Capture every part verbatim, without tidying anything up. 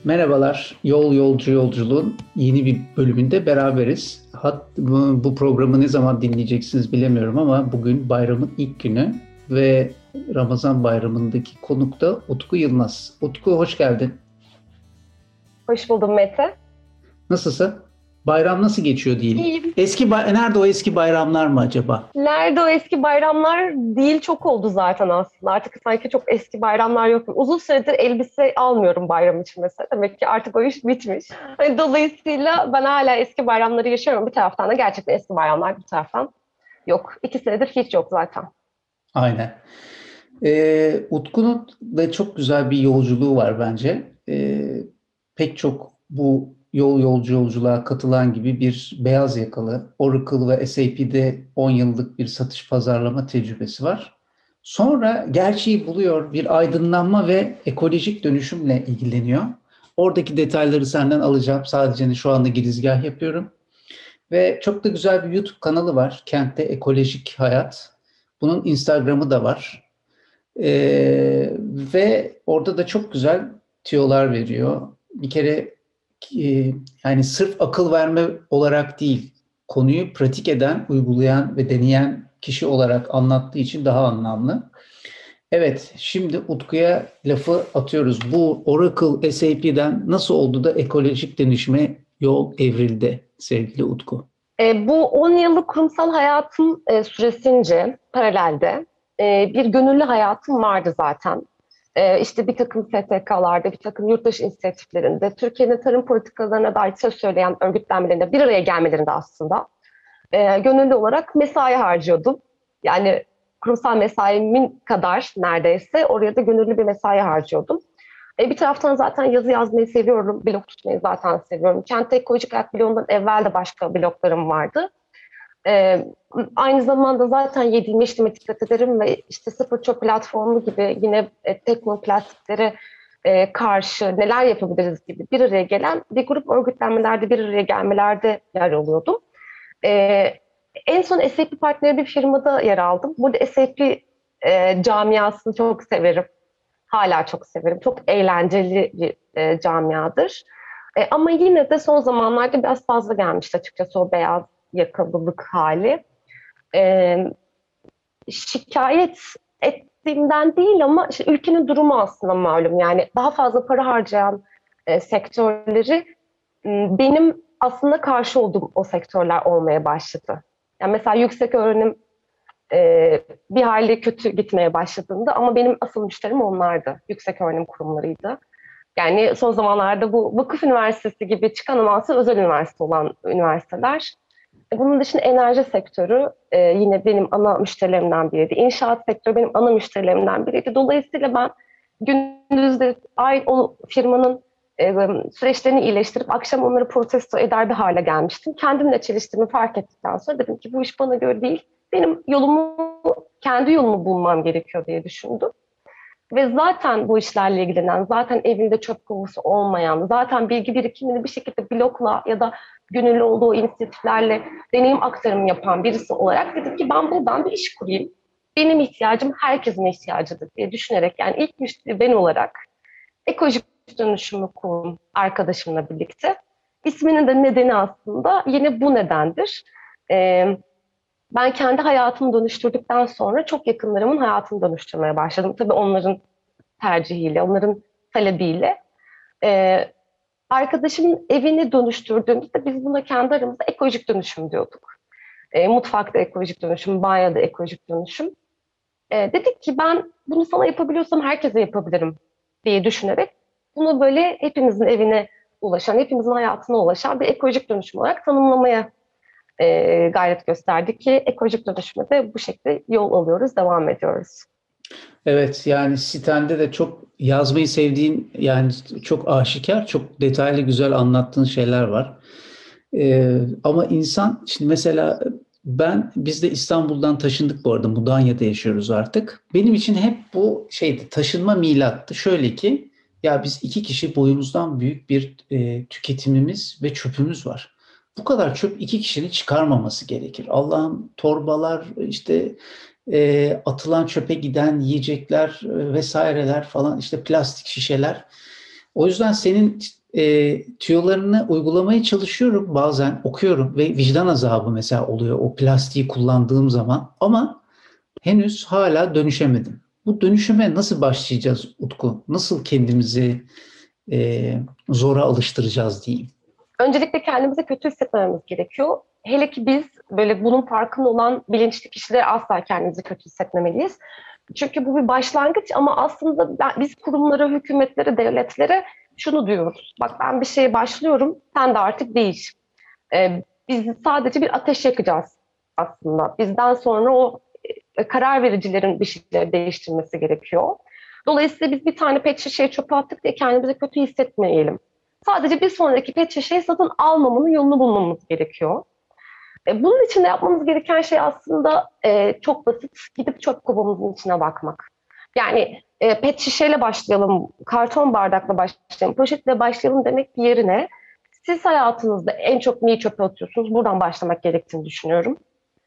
Merhabalar, Yol Yolcu Yolculuğun yeni bir bölümünde beraberiz. Hat, bu, bu programı ne zaman dinleyeceksiniz bilemiyorum ama bugün bayramın ilk günü ve Ramazan bayramındaki konuk da Utku Yılmaz. Utku hoş geldin. Hoş buldum Mete. Nasılsın? Bayram nasıl geçiyor diyeyim. İyiyim. Eski bay- nerede o eski bayramlar mı acaba? Nerede o eski bayramlar değil çok oldu zaten aslında. Artık sanki çok eski bayramlar yok. Uzun süredir elbise almıyorum bayram için mesela. Demek ki artık o iş bitmiş. Hani dolayısıyla ben hala eski bayramları yaşıyorum. Bir taraftan da gerçekten eski bayramlar bir taraftan yok. İki senedir hiç yok zaten. Aynen. Ee, Utku'nun da çok güzel bir yolculuğu var bence. Ee, pek çok bu yol yolcu yolculuğa katılan gibi bir beyaz yakalı Oracle ve S A P'de on yıllık bir satış pazarlama tecrübesi var. Sonra gerçeği buluyor, bir aydınlanma ve ekolojik dönüşümle ilgileniyor. Oradaki detayları senden alacağım. Sadece şu anda girizgah yapıyorum. Ve çok da güzel bir YouTube kanalı var. Kentte Ekolojik Hayat. Bunun Instagram'ı da var. Ee, ve orada da çok güzel tüyolar veriyor. Bir kere e, yani sırf akıl verme olarak değil, konuyu pratik eden, uygulayan ve deneyen kişi olarak anlattığı için daha anlamlı. Evet, şimdi Utku'ya lafı atıyoruz. Bu Oracle S A P'den nasıl oldu da ekolojik dönüşüme yol evrildi sevgili Utku? E, bu on yıllık kurumsal hayatım e, süresince paralelde e, bir gönüllü hayatım vardı zaten. E, işte bir takım S T K'larda, bir takım yurttaş inisiyatiflerinde, Türkiye'nin tarım politikalarına dair söz söyleyen örgütlenmelerinde bir araya gelmelerinde aslında e, gönüllü olarak mesai harcıyordum. Yani kurumsal mesaimin kadar neredeyse oraya da gönüllü bir mesai harcıyordum. E, bir taraftan zaten yazı yazmayı seviyorum, blog tutmayı zaten seviyorum. Kent Ekolojik Hayat blogundan evvel de başka bloglarım vardı. E, Aynı zamanda zaten yediğim içtiğime dikkat ederim ve işte Sıfır Çöp platformu gibi yine e, teknoplastiklere e, karşı neler yapabiliriz gibi bir araya gelen bir grup örgütlenmelerde, bir araya gelmelerde yer alıyordum. E, En son S A P partneri bir firmada yer aldım. Burada S A P e, camiasını çok severim. Hala çok severim. Çok eğlenceli bir e, camiadır. E, ama yine de son zamanlarda biraz fazla gelmişti açıkçası o beyaz yakalılık hali. E, Şikayet ettiğimden değil ama işte ülkenin durumu aslında malum. Yani daha fazla para harcayan e, sektörleri m, benim aslında karşı olduğum o sektörler olmaya başladı. Yani mesela yüksek öğrenim e, bir hayli kötü gitmeye başladığında ama benim asıl müşterim onlardı. Yüksek öğrenim kurumlarıydı. Yani son zamanlarda bu vakıf üniversitesi gibi çıkan ama aslında özel üniversite olan üniversiteler. E, Bunun dışında enerji sektörü e, yine benim ana müşterilerimden biriydi. İnşaat sektörü benim ana müşterilerimden biriydi. Dolayısıyla ben gündüzleri ay, o firmanın e, süreçlerini iyileştirip akşam onları protesto eder bir hale gelmiştim. Kendimle çeliştiğimi fark ettikten sonra dedim ki bu iş bana göre değil. Benim yolumu, kendi yolumu bulmam gerekiyor diye düşündüm. Ve zaten bu işlerle ilgilenen, zaten evinde çöp konusu olmayan, zaten bilgi birikimini bir şekilde blogla ya da gönüllü olduğu inisiyatiflerle deneyim aktarımı yapan birisi olarak dedim ki ben buradan bir iş kurayım. Benim ihtiyacım herkesin ihtiyacıdır diye düşünerek yani ilk müşteri ben olarak ekolojik dönüşümü kurdum arkadaşımla birlikte. İsminin de nedeni aslında yine bu nedendir. Ee, Ben kendi hayatımı dönüştürdükten sonra çok yakınlarımın hayatını dönüştürmeye başladım. Tabii onların tercihiyle, onların talebiyle. Ee, Arkadaşımın evini dönüştürdüğümüzde biz buna kendi aramızda ekolojik dönüşüm diyorduk. Ee, mutfakta ekolojik dönüşüm, banyoda ekolojik dönüşüm. Ee, dedik ki ben bunu sana yapabiliyorsam herkese yapabilirim diye düşünerek bunu böyle hepimizin evine ulaşan, hepimizin hayatına ulaşan bir ekolojik dönüşüm olarak tanımlamaya e, gayret gösterdik ki ekolojik dönüşüme de bu şekilde yol alıyoruz, devam ediyoruz. Evet, yani sitende de çok yazmayı sevdiğin, yani çok aşikar, çok detaylı güzel anlattığın şeyler var. Ee, ama insan şimdi mesela ben biz de İstanbul'dan taşındık, bu arada Mudanya'da yaşıyoruz artık. Benim için hep bu şeydi, taşınma milattı. Şöyle ki ya biz iki kişi, boyumuzdan büyük bir e, tüketimimiz ve çöpümüz var. Bu kadar çöp iki kişinin çıkarmaması gerekir. Allah'ım, torbalar, işte e, atılan çöpe giden yiyecekler e, vesaireler falan, işte plastik şişeler. O yüzden senin e, tüyolarını uygulamaya çalışıyorum, bazen okuyorum ve vicdan azabı mesela oluyor o plastiği kullandığım zaman, ama henüz hala dönüşemedim. Bu dönüşüme nasıl başlayacağız Utku? Nasıl kendimizi e, zora alıştıracağız diyeyim. Öncelikle kendimizi kötü hissetmememiz gerekiyor. Hele ki biz böyle bunun farkında olan bilinçli kişiler asla kendimizi kötü hissetmemeliyiz. Çünkü bu bir başlangıç ama aslında ben, biz kurumlara, hükümetlere, devletlere şunu diyoruz. Bak ben bir şeye başlıyorum, sen de artık değiş. Ee, biz sadece bir ateş yakacağız aslında. Bizden sonra o e, karar vericilerin bir şeyleri değiştirmesi gerekiyor. Dolayısıyla biz bir tane pet şişeyi çöpe attık diye kendimizi kötü hissetmeyelim. Sadece bir sonraki pet şişeyi satın almamanın yolunu bulmamız gerekiyor. E, bunun için de yapmamız gereken şey aslında e, çok basit. Gidip çöp kovamızın içine bakmak. Yani e, pet şişeyle başlayalım, karton bardakla başlayalım, poşetle başlayalım demek yerine siz hayatınızda en çok neyi çöpe atıyorsunuz? Buradan başlamak gerektiğini düşünüyorum.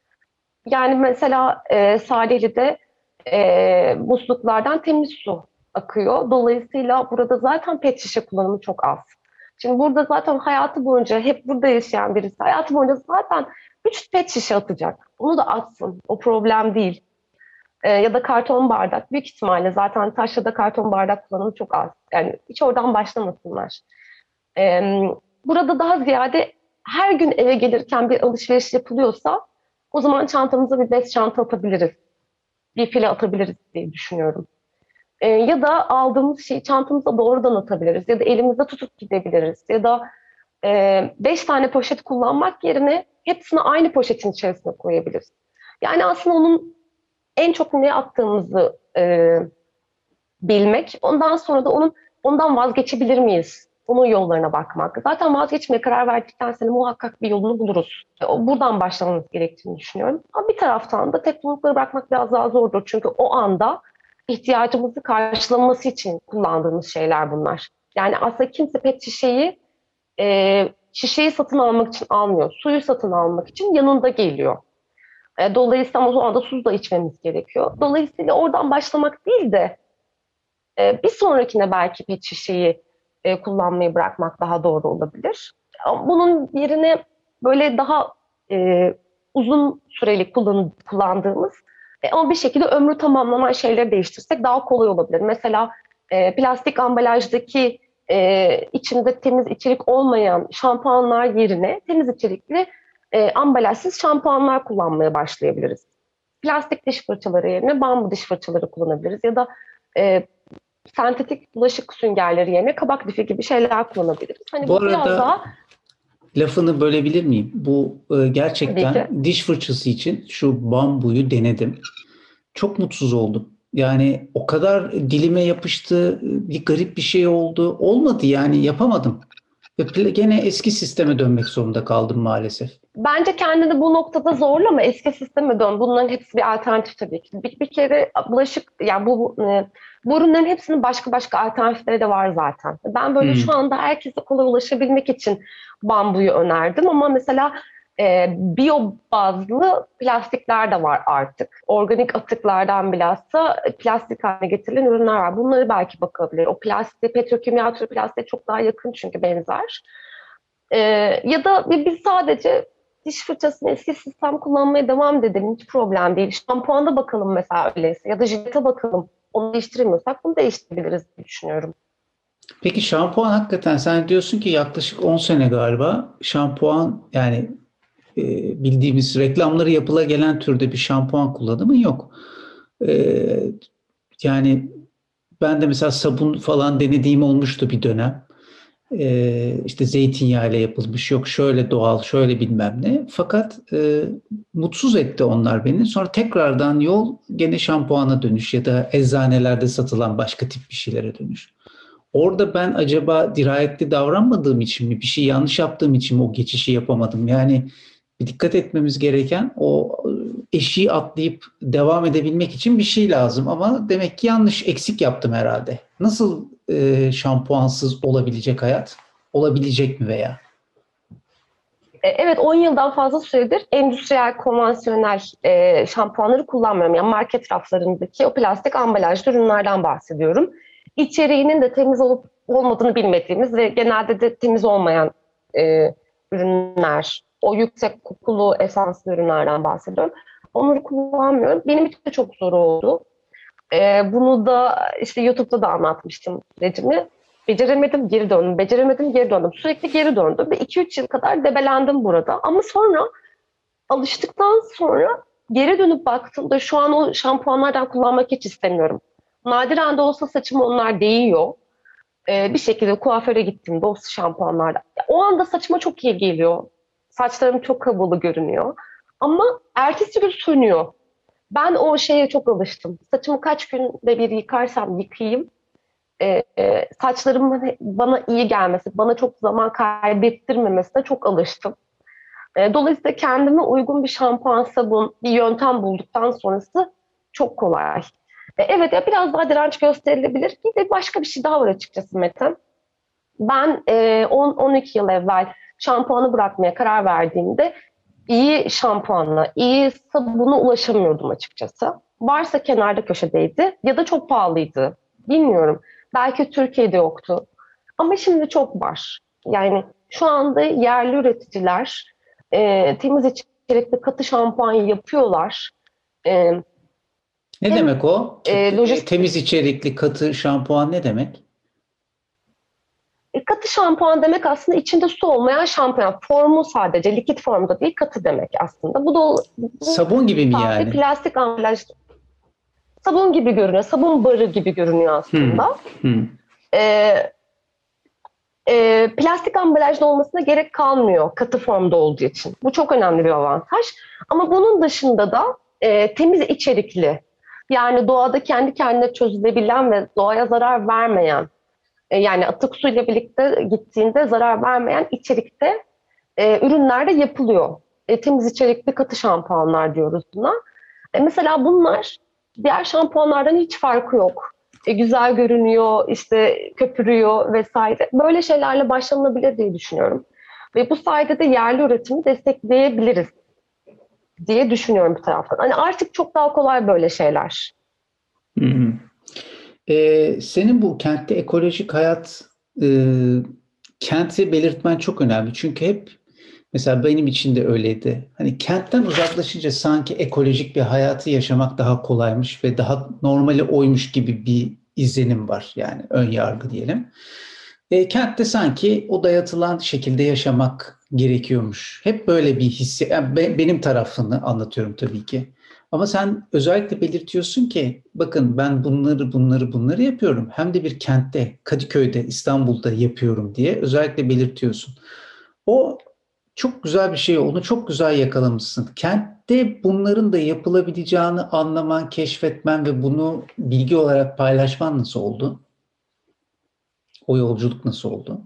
Yani mesela e, Salihli'de e, musluklardan temiz su akıyor. Dolayısıyla burada zaten pet şişe kullanımı çok az. Şimdi burada zaten hayatı boyunca hep burada yaşayan birisi hayatı boyunca zaten üç pet şişe atacak. Onu da atsın. O problem değil. E, ya da karton bardak. Büyük ihtimalle zaten Taşra'da karton bardak kullanımı çok az. Yani hiç oradan başlamasınlar. E, burada daha ziyade her gün eve gelirken bir alışveriş yapılıyorsa o zaman çantamıza bir bez çanta atabiliriz. Bir file atabiliriz diye düşünüyorum. E, ya da aldığımız şeyi çantamıza doğrudan atabiliriz. Ya da elimizde tutup gidebiliriz. Ya da e, beş tane poşet kullanmak yerine hepsini aynı poşetin içerisine koyabiliriz. Yani aslında onun en çok ne attığımızı e, bilmek. Ondan sonra da onun ondan vazgeçebilir miyiz? Onun yollarına bakmak. Zaten vazgeçmeye karar verdikten sonra muhakkak bir yolunu buluruz. O, buradan başlamamız gerektiğini düşünüyorum. Ama bir taraftan da teknolojileri bırakmak biraz daha zordur. Çünkü o anda ihtiyacımızı karşılaması için kullandığımız şeyler bunlar. Yani aslında kimse pet şişeyi e, şişeyi satın almak için almıyor. Suyu satın almak için yanında geliyor. E, dolayısıyla o zaman da su da içmemiz gerekiyor. Dolayısıyla oradan başlamak değil de e, bir sonrakine belki pet şişeyi e, kullanmayı bırakmak daha doğru olabilir. Ama bunun yerine böyle daha e, uzun süreli kullan kullandığımız e, ama bir şekilde ömrü tamamlanan şeyleri değiştirsek daha kolay olabilir. Mesela e, plastik ambalajdaki e, içinde temiz içerik olmayan şampuanlar yerine temiz içerikli e, ambalajsız şampuanlar kullanmaya başlayabiliriz. Plastik diş fırçaları yerine bambu diş fırçaları kullanabiliriz ya da e, sentetik bulaşık süngerleri yerine kabak lifi gibi şeyler kullanabiliriz. Hani Bu bu biraz arada daha lafını bölebilir miyim? Bu e, tabii ki. gerçekten diş fırçası için şu bambuyu denedim. Çok mutsuz oldum. Yani o kadar dilime yapıştı, bir garip bir şey oldu. Olmadı yani, yapamadım. Ve pl- gene eski sisteme dönmek zorunda kaldım maalesef. Bence kendini bu noktada zorlama, eski sisteme dön. Bunların hepsi bir alternatif tabii ki. Bir, bir kere bulaşık, yani bu, e, bu ürünlerin hepsinin başka başka alternatifleri de var zaten. Ben böyle Hmm. şu anda herkese kolay ulaşabilmek için bambuyu önerdim ama mesela e, biyo bazlı plastikler de var artık. Organik atıklardan bilhassa plastik haline getirilen ürünler var. Bunları belki bakabilir. O plastik, petrokimya türü plastiğe çok daha yakın çünkü benzer. E, ya da biz sadece diş fırçasını eski sistem kullanmaya devam edelim. Hiç problem değil. Şampuanda bakalım mesela öyleyse. Ya da jilete bakalım. Onu değiştiremiyorsak bunu değiştirebiliriz diye düşünüyorum. Peki şampuan, hakikaten sen diyorsun ki yaklaşık on sene galiba şampuan, yani e, bildiğimiz reklamları yapıla gelen türde bir şampuan kullanımı yok. E, yani ben de mesela sabun falan denediğim olmuştu bir dönem. E, işte zeytinyağıyla yapılmış, yok şöyle doğal, şöyle bilmem ne. Fakat e, mutsuz etti onlar beni. Sonra tekrardan yol gene şampuana dönüş ya da eczanelerde satılan başka tip bir şeylere dönüş. Orada ben acaba dirayetli davranmadığım için mi, bir şey yanlış yaptığım için mi o geçişi yapamadım? Yani bir dikkat etmemiz gereken, o eşiği atlayıp devam edebilmek için bir şey lazım. Ama demek ki yanlış, eksik yaptım herhalde. Nasıl e, şampuansız olabilecek hayat? Olabilecek mi veya? E, Evet, on yıldan fazla süredir endüstriyel, konvansiyonel e, şampuanları kullanmıyorum. Yani market raflarındaki o plastik ambalajlı ürünlerden bahsediyorum. içeriğinin de temiz olup olmadığını bilmediğimiz ve genelde de temiz olmayan e, ürünler, o yüksek kokulu esanslı ürünlerden bahsediyorum. Onları kullanmıyorum. Benim için de çok zor oldu. E, bunu da işte YouTube'da da anlatmıştım Necmi. Beceremedim, geri döndüm. Beceremedim, geri döndüm. Sürekli geri döndüm ve iki üç yıl kadar debelendim burada. Ama sonra alıştıktan sonra geri dönüp baktığımda şu an o şampuanlardan kullanmak hiç istemiyorum. Nadiren de olsa saçıma onlar değiyor. Ee, bir şekilde kuaföre gittiğimde o şampuanlardan. O anda saçıma çok iyi geliyor. Saçlarım çok havalı görünüyor. Ama ertesi gün sönüyor. Ben o şeye çok alıştım. Saçımı kaç günde bir yıkarsam yıkayayım. E, e, saçlarımın bana iyi gelmesi, bana çok zaman kaybettirmemesine çok alıştım. E, dolayısıyla kendime uygun bir şampuan, sabun, bir yöntem bulduktan sonrası çok kolay. E, evet ya biraz daha direnç gösterilebilir. Bir de başka bir şey daha var açıkçası Mete. Ben e, on on iki yıl evvel şampuanı bırakmaya karar verdiğimde iyi şampuanla, iyi sabuna ulaşamıyordum açıkçası. Varsa kenarda köşedeydi ya da çok pahalıydı. Bilmiyorum. Belki Türkiye'de yoktu. Ama şimdi çok var. Yani şu anda yerli üreticiler e, temiz içerikli katı şampuan yapıyorlar. E, Ne hem demek o? e, Te- lojistik Temiz içerikli katı şampuan ne demek? e, katı şampuan demek aslında içinde su olmayan şampuan. Formu sadece likit formda değil katı demek aslında. Bu da bu Sabun gibi mi tabi yani? plastik ambalaj sabun gibi görünüyor. Sabun barı gibi görünüyor Hmm, aslında. hmm. E, e, plastik ambalajda olmasına gerek kalmıyor katı formda olduğu için. Bu çok önemli bir avantaj. Ama bunun dışında da e, temiz içerikli, yani doğada kendi kendine çözülebilen ve doğaya zarar vermeyen, e, yani atık suyla birlikte gittiğinde zarar vermeyen içerikte e, ürünler de yapılıyor. E, temiz içerikli katı şampuanlar diyoruz buna. E, mesela bunlar diğer şampuanlardan hiç farkı yok. E, güzel görünüyor, işte köpürüyor vesaire. Böyle şeylerle başlanılabilir diye düşünüyorum. Ve bu sayede de yerli üretimi destekleyebiliriz diye düşünüyorum bir taraftan. Hani artık çok daha kolay böyle şeyler. Hmm. Ee, senin bu kentte ekolojik hayat e, kenti belirtmen çok önemli. Çünkü hep mesela benim için de öyleydi. Hani kentten uzaklaşınca sanki ekolojik bir hayatı yaşamak daha kolaymış ve daha normali oymuş gibi bir izlenim var. Yani ön yargı diyelim. E, kentte sanki o dayatılan şekilde yaşamak gerekiyormuş. Hep böyle bir hissi. Yani be- benim tarafını anlatıyorum tabii ki. Ama sen özellikle belirtiyorsun ki bakın ben bunları bunları bunları yapıyorum. Hem de bir kentte, Kadıköy'de, İstanbul'da yapıyorum diye özellikle belirtiyorsun. O çok güzel bir şey. Onu çok güzel yakalamışsın. Kentte bunların da yapılabileceğini anlaman, keşfetmen ve bunu bilgi olarak paylaşman nasıl oldu? O yolculuk nasıl oldu?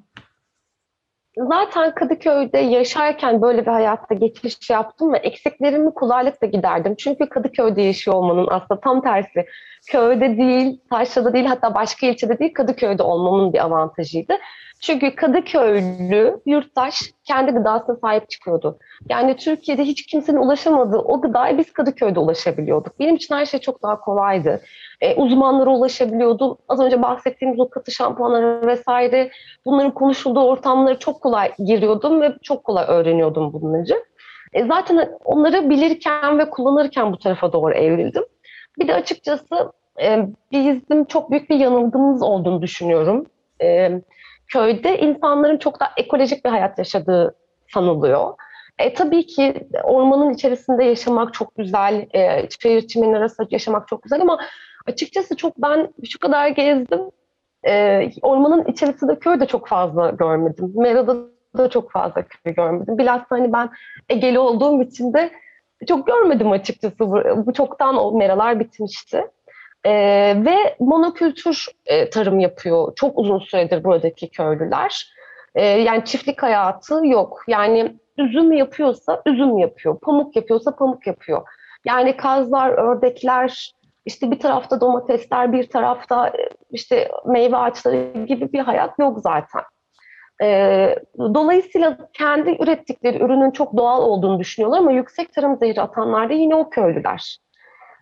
Zaten Kadıköy'de yaşarken böyle bir hayatta geçiş yaptım ve eksiklerimi kolaylıkla giderdim. Çünkü Kadıköy'de yaşıyor olmanın aslında tam tersi. Köyde değil, taşrada değil, hatta başka ilçede değil, Kadıköy'de olmamın bir avantajıydı. Çünkü Kadıköylü yurttaş kendi gıdasına sahip çıkıyordu. Yani Türkiye'de hiç kimsenin ulaşamadığı o gıdaya biz Kadıköy'de ulaşabiliyorduk. Benim için her şey çok daha kolaydı. E, uzmanlara ulaşabiliyordum. Az önce bahsettiğimiz o katı şampuanları vesaire, bunların konuşulduğu ortamlara çok kolay giriyordum ve çok kolay öğreniyordum bunları. E zaten onları bilirken ve kullanırken bu tarafa doğru evrildim. Bir de açıkçası e, bizim çok büyük bir yanılgımız olduğunu düşünüyorum. E, köyde insanların çok daha ekolojik bir hayat yaşadığı sanılıyor. E, tabii ki ormanın içerisinde yaşamak çok güzel, e, şehir çimenin arasında yaşamak çok güzel ama açıkçası çok ben şu kadar gezdim. E, ormanın içerisinde köy de çok fazla görmedim. Mera'da da çok fazla köy görmedim. Bilhassa hani ben Egeli olduğum için de çok görmedim açıkçası. Bu, bu çoktan o meralar bitmişti. E, ve monokültür e, tarım yapıyor. Çok uzun süredir buradaki köylüler. E, yani çiftlik hayatı yok. Yani üzüm yapıyorsa üzüm yapıyor. Pamuk yapıyorsa pamuk yapıyor. Yani kazlar, ördekler, işte bir tarafta domatesler, bir tarafta e, işte meyve ağaçları gibi bir hayat yok zaten. Ee, dolayısıyla kendi ürettikleri ürünün çok doğal olduğunu düşünüyorlar ama yüksek tarım zehri atanlar da yine o köylüler.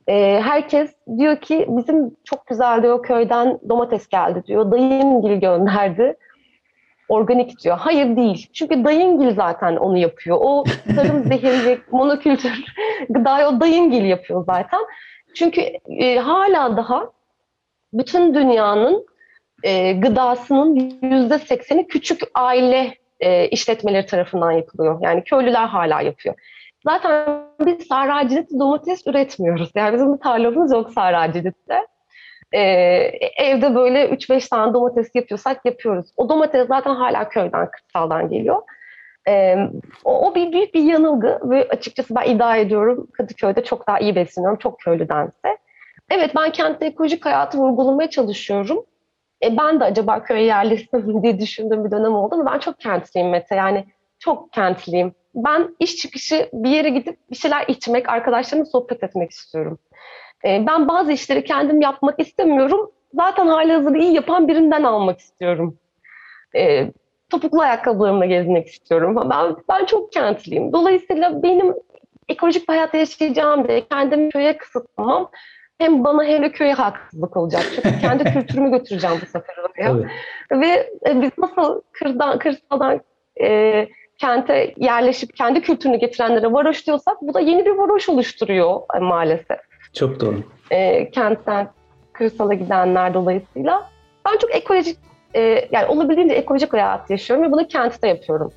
E, herkes diyor ki bizim çok güzel diyor köyden domates geldi diyor. Dayımgil gönderdi. Organik diyor. Hayır değil. Çünkü dayımgil zaten onu yapıyor. O tarım zehirli monokültür gıdayı o dayımgil yapıyor zaten. Çünkü e, hala daha bütün dünyanın e, gıdasının yüzde sekseni küçük aile e, işletmeleri tarafından yapılıyor. Yani köylüler hala yapıyor. Zaten biz Sarracılık'ta domates üretmiyoruz. Yani bizim bir tarlamız yok Sarracılık'ta. Ee, evde böyle üç beş tane domates yapıyorsak yapıyoruz. O domates zaten hala köyden, kırsaldan geliyor. Ee, o, o bir büyük bir yanılgı ve açıkçası ben iddia ediyorum Kadıköy'de çok daha iyi besleniyorum, çok köylüdense. Evet, ben kentte ekolojik hayatı vurgulamaya çalışıyorum. E, ben de acaba köye yerleşsem mi diye düşündüğüm bir dönem oldu ama ben çok kentliyim Mete. Yani çok kentliyim. Ben iş çıkışı bir yere gidip bir şeyler içmek, arkadaşlarımla sohbet etmek istiyorum. E, ben bazı işleri kendim yapmak istemiyorum. Zaten halihazırda iyi yapan birinden almak istiyorum. E, Topuklu ayakkabılarımla gezmek istiyorum. Ben, ben çok kentliyim. Dolayısıyla benim ekolojik bir hayat yaşayacağım diye kendimi köye kısıtlamam hem bana hem de köye haksızlık olacak. Çünkü kendi kültürümü götüreceğim bu sefer oraya. Tabii. Ve e, biz nasıl kırdan, kırsaldan e, kente yerleşip kendi kültürünü getirenlere varoş diyorsak bu da yeni bir varoş oluşturuyor e, maalesef. Çok doğru. E, kentten kırsala gidenler dolayısıyla. Ben çok ekolojik, e, yani olabildiğince ekolojik hayat yaşıyorum ve bunu kentte yapıyorum.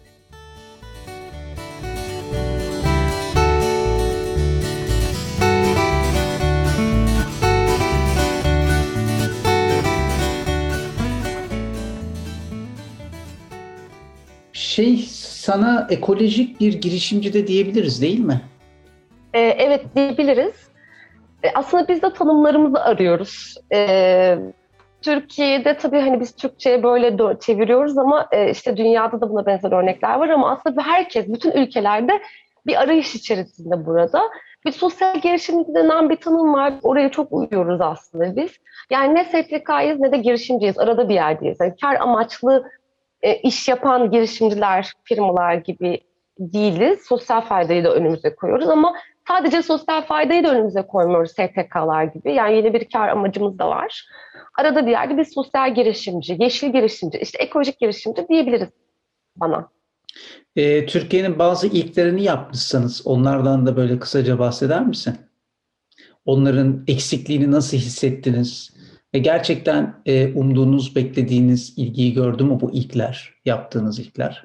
Şey, sana ekolojik bir girişimci de diyebiliriz değil mi? E, evet diyebiliriz. E, aslında biz de tanımlarımızı arıyoruz. E, Türkiye'de tabii hani biz Türkçe'ye böyle dö- çeviriyoruz ama e, işte dünyada da buna benzer örnekler var ama aslında herkes, bütün ülkelerde bir arayış içerisinde burada. Bir sosyal girişimci denen bir tanım var. Oraya çok uyuyoruz aslında biz. Yani ne S T K'yız ne de girişimciyiz. Arada bir yerdeyiz. Yani kar amaçlı e, iş yapan girişimciler, firmalar gibi değiliz. Sosyal faydayı da önümüze koyuyoruz ama sadece sosyal faydayı da önümüze koymuyoruz S T K'lar gibi. Yani yeni bir kar amacımız da var. Arada bir yerde bir sosyal girişimci, yeşil girişimci, işte ekolojik girişimci diyebiliriz bana. Ee, Türkiye'nin bazı ilklerini yapmışsınız. Onlardan da böyle kısaca bahseder misin? Onların eksikliğini nasıl hissettiniz? Ve gerçekten e, umduğunuz, beklediğiniz ilgiyi gördü mü bu ilkler, yaptığınız ilkler?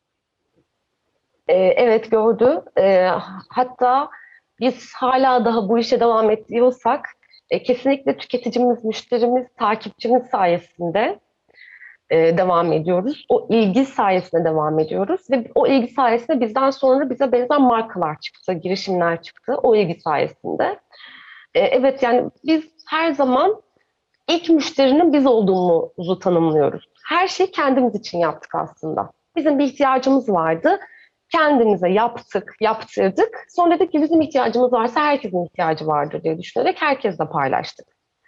Ee, evet gördü. Ee, hatta biz hala daha bu işe devam ediyorsak e, kesinlikle tüketicimiz, müşterimiz, takipçimiz sayesinde e, devam ediyoruz. O ilgi sayesinde devam ediyoruz ve o ilgi sayesinde bizden sonra bize benzer markalar çıktı, girişimler çıktı o ilgi sayesinde. E, evet yani biz her zaman ilk müşterinin biz olduğumuzu tanımlıyoruz. Her şeyi kendimiz için yaptık aslında. Bizim bir ihtiyacımız vardı. Kendimize yaptık, yaptırdık. Sonra dedik ki bizim ihtiyacımız varsa herkesin ihtiyacı vardır diye düşünerek herkesle paylaştık.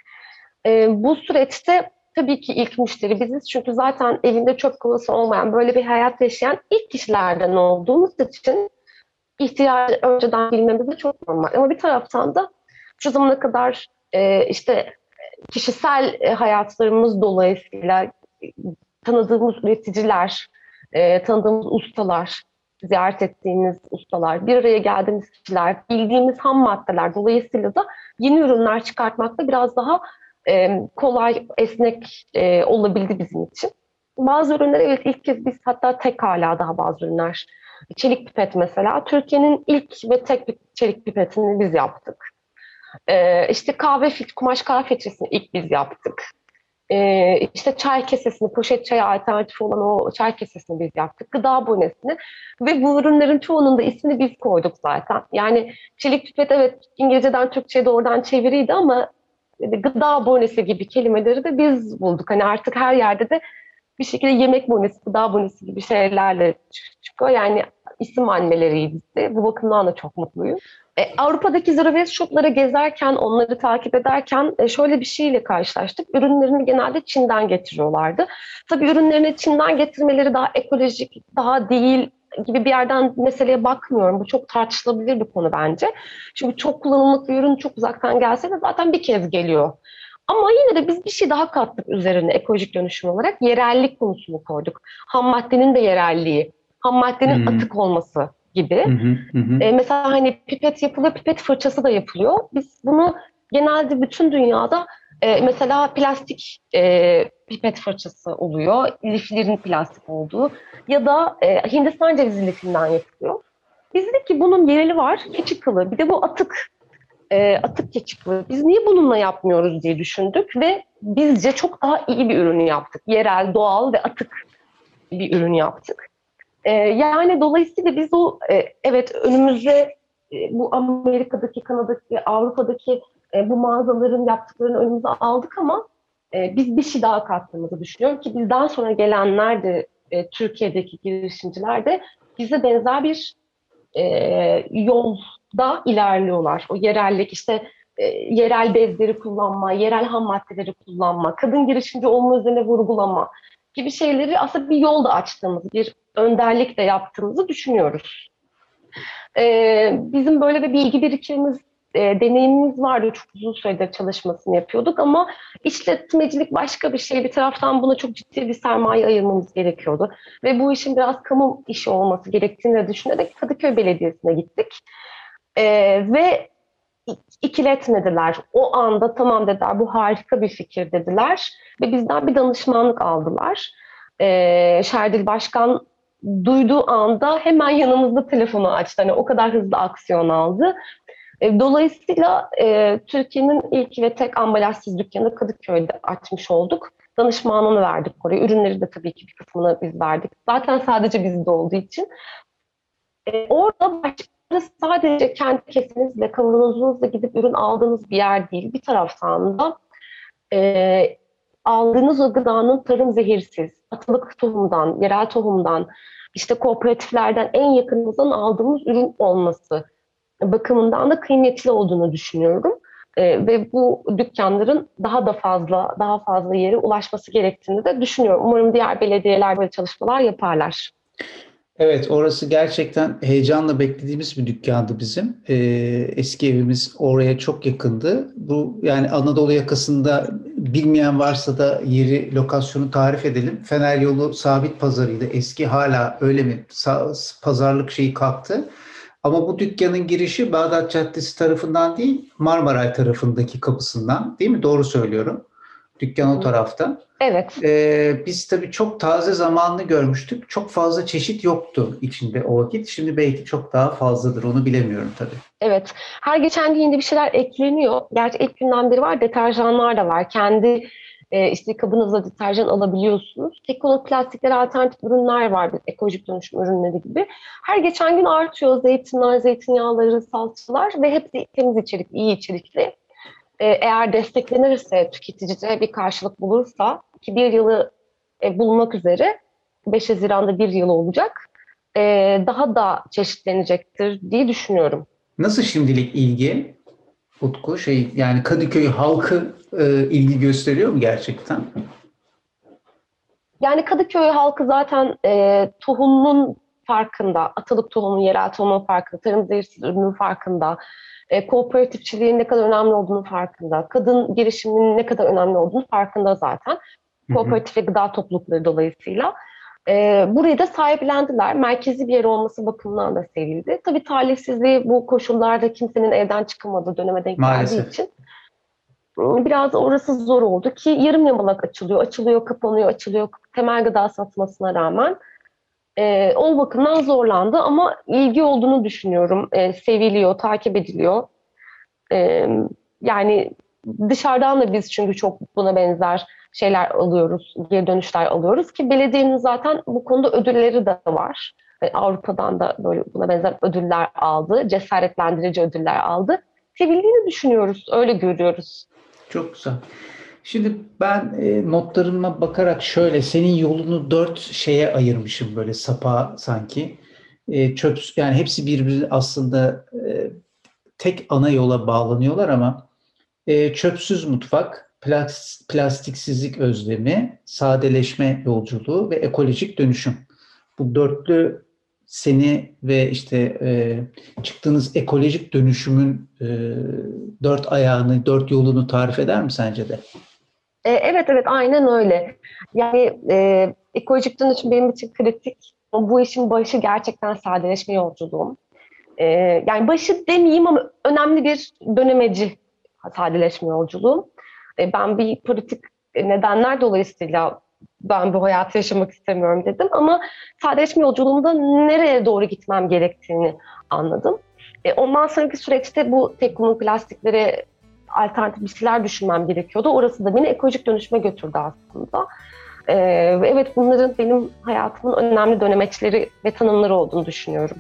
Ee, bu süreçte tabii ki ilk müşteri biziz. Çünkü zaten evinde çöp kovası olmayan, böyle bir hayat yaşayan ilk kişilerden olduğumuz için ihtiyacı önceden bilmemiz de çok normal. Ama bir taraftan da şu zamana kadar e, işte kişisel e, hayatlarımız dolayısıyla e, tanıdığımız üreticiler, e, tanıdığımız ustalar, ziyaret ettiğimiz ustalar, bir araya geldiğimiz kişiler, bildiğimiz ham maddeler dolayısıyla da yeni ürünler çıkartmakta biraz daha e, kolay, esnek e, olabildi bizim için. Bazı ürünler evet ilk kez biz hatta tek hala daha bazı ürünler. Çelik pipet mesela. Türkiye'nin ilk ve tek bir çelik pipetini biz yaptık. Ee, işte kahve fit, kumaş kahve filtresini ilk biz yaptık. Ee, işte çay kesesini, poşet çaya alternatif olan o çay kesesini biz yaptık. Gıda bonesini ve bu ürünlerin çoğunun da ismini biz koyduk zaten. Yani çelik pipet evet İngilizceden Türkçe'ye doğrudan çeviriydi ama gıda bonesi gibi kelimeleri de biz bulduk. Hani artık her yerde de bir şekilde yemek bonesi, gıda bonesi gibi şeylerle çıkıyor. Yani isim anneleriydi. Bu bakımdan da çok mutluyum. E, Avrupa'daki zero waste shop'lara gezerken, onları takip ederken e, şöyle bir şeyle karşılaştık. Ürünlerini genelde Çin'den getiriyorlardı. Tabii ürünlerini Çin'den getirmeleri daha ekolojik, daha değil gibi bir yerden meseleye bakmıyorum. Bu çok tartışılabilir bir konu bence. Çünkü çok kullanımlık bir ürün çok uzaktan gelse de zaten bir kez geliyor. Ama yine de biz bir şey daha kattık üzerine ekolojik dönüşüm olarak. Yerellik konusunu koyduk. Ham maddenin de yerelliği, ham maddenin Hı atık olması hı gibi. hı hı. E, mesela hani pipet yapılıyor, pipet fırçası da yapılıyor. Biz bunu genelde bütün dünyada e, mesela plastik e, pipet fırçası oluyor. Liflerin plastik olduğu ya da e, Hindistan cevizi lifinden yapılıyor. Biz dedik ki bunun yereli var, keçi kılı. Bir de bu atık, e, atık keçi kılı. Biz niye bununla yapmıyoruz diye düşündük ve bizce çok daha iyi bir ürünü yaptık. Yerel, doğal ve atık bir ürün yaptık. Ee, yani dolayısıyla biz o e, evet önümüzde e, bu Amerika'daki, Kanada'daki, Avrupa'daki e, bu mağazaların yaptıklarını önümüze aldık ama e, biz bir şey daha kattığımızı düşünüyorum ki bizden sonra gelenler de e, Türkiye'deki girişimciler de bize benzer bir e, yolda ilerliyorlar. O yerellik işte e, yerel bezleri kullanma, yerel ham maddeleri kullanma, kadın girişimci olma üzerine vurgulama gibi şeyleri aslında bir yol da açtığımız, bir önderlik de yaptığımızı düşünüyoruz. E, bizim böyle bir bilgi birikimimiz, e, deneyimimiz vardı. Çok uzun süredir çalışmasını yapıyorduk ama işletmecilik başka bir şey. Bir taraftan buna çok ciddi bir sermaye ayırmamız gerekiyordu. Ve bu işin biraz kamu işi olması gerektiğini de düşünerek Kadıköy Belediyesi'ne gittik. E, ve ikiletmediler. O anda tamam dediler, bu harika bir fikir dediler. Ve bizden bir danışmanlık aldılar. E, Şerdil Başkan duyduğu anda hemen yanımızda telefonu açtı. Hani o kadar hızlı aksiyon aldı. E, dolayısıyla e, Türkiye'nin ilk ve tek ambalajsız dükkanı Kadıköy'de açmış olduk. Danışmanlığını verdik oraya. Ürünleri de tabii ki bir kısmını biz verdik. Zaten sadece bizde olduğu için. E, orada başta sadece kendi kesinizle, kavanozunuzla gidip ürün aldığınız bir yer değil. Bir taraftan da e, aldığınız o gıdanın tarım zehirsiz, atılık tohumdan, yerel tohumdan, işte kooperatiflerden en yakınımızdan aldığımız ürün olması bakımından da kıymetli olduğunu düşünüyorum. Ee, ve bu dükkanların daha da fazla, daha fazla yere ulaşması gerektiğini de düşünüyorum. Umarım diğer belediyeler böyle çalışmalar yaparlar. Evet, orası gerçekten heyecanla beklediğimiz bir dükkandı bizim. Ee, eski evimiz oraya çok yakındı. Bu yani Anadolu yakasında bilmeyen varsa da yeri, lokasyonu tarif edelim. Fener Yolu Sabit Pazarı'ydı. Eski hala öyle mi? Sa- pazarlık şeyi kalktı. Ama bu dükkanın girişi Bağdat Caddesi tarafından değil, Marmaray tarafındaki kapısından, değil mi? Doğru söylüyorum. Dükkan o tarafta. Evet, Ee, biz tabii çok taze zamanını görmüştük. Çok fazla çeşit yoktu içinde o vakit. Şimdi belki çok daha fazladır. Onu bilemiyorum tabii. evet. Her geçen gün yeni bir şeyler ekleniyor. Gerçi ilk günden beri var, deterjanlar da var. Kendi e, işte kabınızda deterjan alabiliyorsunuz. Teknolojik plastiklere alternatif ürünler var, ekolojik dönüşüm ürünleri gibi. Her geçen gün artıyor zeytinler, zeytinyağları, salçalar ve hepsi temiz içerik, iyi içerikli. E, eğer desteklenirse, tüketiciye bir karşılık bulursa ki bir yılı e, bulmak üzere beş Haziran'da bir yıl olacak. E, daha da çeşitlenecektir diye düşünüyorum. Nasıl şimdilik ilgi Utku? Şey yani Kadıköy halkı e, ilgi gösteriyor mu gerçekten? Yani Kadıköy halkı zaten e, tohumun farkında, atılık tohumun, yerel tohumun farkında, tarım zehirsiz ürünün farkında, e, kooperatifçiliğin ne kadar önemli olduğunu farkında, kadın girişiminin ne kadar önemli olduğunu farkında zaten. Hı hı. Kooperatif ve gıda toplulukları dolayısıyla. E, burayı da sahiplendiler. Merkezi bir yer olması bakımından da sevildi. Tabii talihsizliği bu koşullarda kimsenin evden çıkamadığı döneme denk geldiği Maalesef. için biraz orası zor oldu ki yarım yamalak açılıyor, açılıyor, kapanıyor, açılıyor temel gıda satmasına rağmen. Ee, o bakımdan zorlandı ama ilgi olduğunu düşünüyorum. Ee, seviliyor, takip ediliyor. Ee, yani dışarıdan da biz çünkü çok buna benzer şeyler alıyoruz, geri dönüşler alıyoruz ki belediyenin zaten bu konuda ödülleri de var. Ee, Avrupa'dan da böyle buna benzer ödüller aldı, cesaretlendirici ödüller aldı. Sevildiğini düşünüyoruz, öyle görüyoruz. Çok güzel. Şimdi ben e, notlarıma bakarak şöyle senin yolunu dört şeye ayırmışım böyle sapa sanki. E, çöp yani hepsi birbiri aslında e, tek ana yola bağlanıyorlar ama e, çöpsüz mutfak, plas- plastiksizlik özlemi, sadeleşme yolculuğu ve ekolojik dönüşüm. Bu dörtlü seni ve işte e, çıktığınız ekolojik dönüşümün e, dört ayağını, dört yolunu tarif eder mi sence de? E, evet evet aynen öyle. Yani e, ekolojik dönüşüm benim için kritik. Bu işin başı gerçekten sadeleşme yolculuğum. E, Yani başı demeyeyim ama önemli bir dönemeci sadeleşme yolculuğum. E, ben bir politik nedenler dolayısıyla ben bu hayatı yaşamak istemiyorum dedim ama sadeleşme yolculuğumda nereye doğru gitmem gerektiğini anladım. E, ondan sonraki süreçte bu teknolojik plastiklere alternatif bir şeyler düşünmem gerekiyordu. Orası da beni ekolojik dönüşüme götürdü aslında. Ee, evet bunların benim hayatımın önemli dönemeçleri ve tanımları olduğunu düşünüyorum.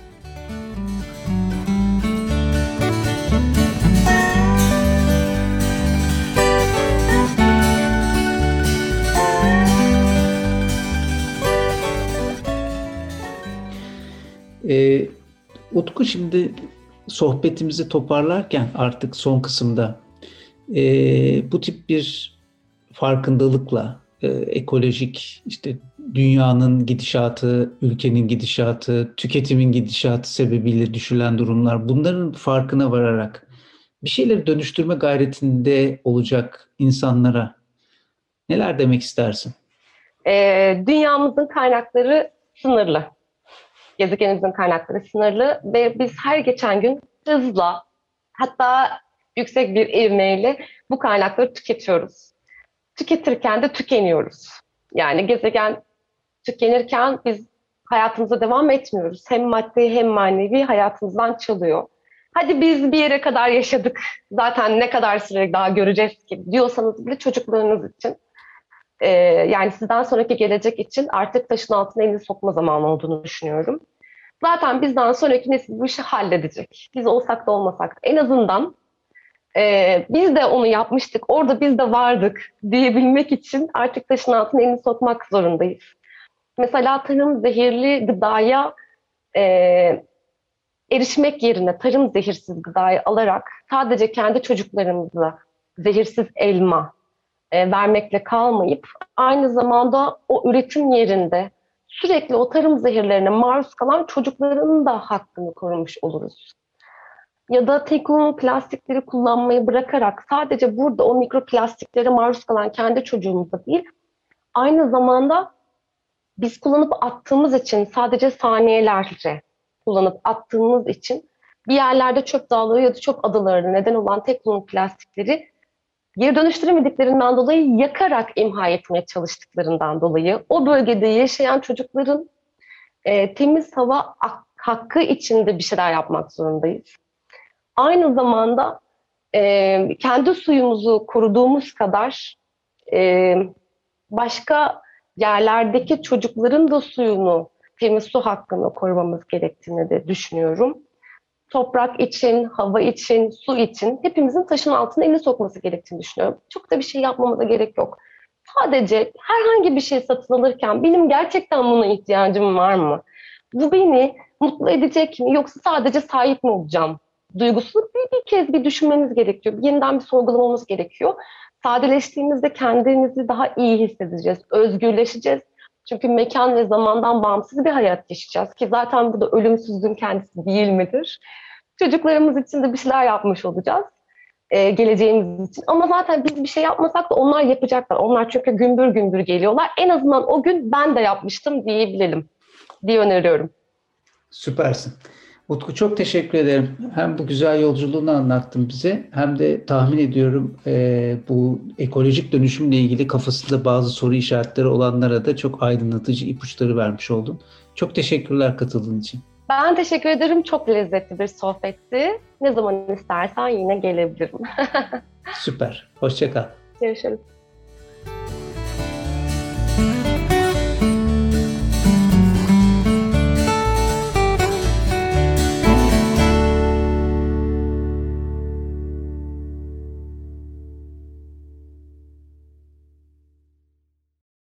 E, Utku, şimdi sohbetimizi toparlarken artık son kısımda e, bu tip bir farkındalıkla e, ekolojik işte dünyanın gidişatı, ülkenin gidişatı, tüketimin gidişatı sebebiyle düşülen durumlar, bunların farkına vararak bir şeyleri dönüştürme gayretinde olacak insanlara neler demek istersin? Ee, dünyamızın kaynakları sınırlı. Gezegenimizin kaynakları sınırlı ve biz her geçen gün hızla hatta yüksek bir ivmeyle bu kaynakları tüketiyoruz. Tüketirken de tükeniyoruz. Yani gezegen tükenirken biz hayatımıza devam etmiyoruz. Hem maddi hem manevi hayatımızdan çalıyor. Hadi biz bir yere kadar yaşadık. Zaten ne kadar süre daha göreceğiz ki diyorsanız bile çocuklarınız için. e, Yani sizden sonraki gelecek için artık taşın altına elini sokma zamanı olduğunu düşünüyorum. Zaten bizden sonraki nesil bu işi halledecek. Biz olsak da olmasak da. En azından e, biz de onu yapmıştık, orada biz de vardık diyebilmek için artık taşın altına elini sokmak zorundayız. Mesela tarım zehirli gıdaya e, erişmek yerine tarım zehirsiz gıdayı alarak sadece kendi çocuklarımıza zehirsiz elma e, vermekle kalmayıp aynı zamanda o üretim yerinde sürekli o tarım zehirlerine maruz kalan çocukların da hakkını korumuş oluruz. Ya da teknolojik plastikleri kullanmayı bırakarak sadece burada o mikroplastiklere maruz kalan kendi çocuğumuza değil, aynı zamanda biz kullanıp attığımız için sadece saniyelerce kullanıp attığımız için bir yerlerde çöp dağılıyor ya da çöp adalarına neden olan teknolojik plastikleri geri dönüştüremediklerinden dolayı yakarak imha etmeye çalıştıklarından dolayı o bölgede yaşayan çocukların e, temiz hava hakkı içinde bir şeyler yapmak zorundayız. Aynı zamanda e, kendi suyumuzu koruduğumuz kadar e, başka yerlerdeki çocukların da suyunu, temiz su hakkını korumamız gerektiğini de düşünüyorum. Toprak için, hava için, su için hepimizin taşın altına elini sokması gerektiğini düşünüyorum. Çok da bir şey yapmamıza gerek yok. Sadece herhangi bir şey satın alırken benim gerçekten buna ihtiyacım var mı? Bu beni mutlu edecek mi yoksa sadece sahip mi olacağım duygusunu bir, bir kez bir düşünmemiz gerekiyor. Yeniden bir sorgulamamız gerekiyor. Sadeleştiğimizde kendimizi daha iyi hissedeceğiz, özgürleşeceğiz. Çünkü mekan ve zamandan bağımsız bir hayat yaşayacağız ki zaten bu da ölümsüzlüğün kendisi değil midir? Çocuklarımız için de bir şeyler yapmış olacağız e, geleceğimiz için. Ama zaten biz bir şey yapmasak da onlar yapacaklar. Onlar çünkü gümbür gümbür geliyorlar. En azından o gün ben de yapmıştım diyebilelim diye öneriyorum. Süpersin. Utku, çok teşekkür ederim. Hem bu güzel yolculuğunu anlattın bize hem de tahmin ediyorum e, bu ekolojik dönüşümle ilgili kafasında bazı soru işaretleri olanlara da çok aydınlatıcı ipuçları vermiş oldun. Çok teşekkürler katıldığın için. Ben teşekkür ederim. Çok lezzetli bir sohbetti. Ne zaman istersen yine gelebilirim. Süper. Hoşça kal. Görüşürüz.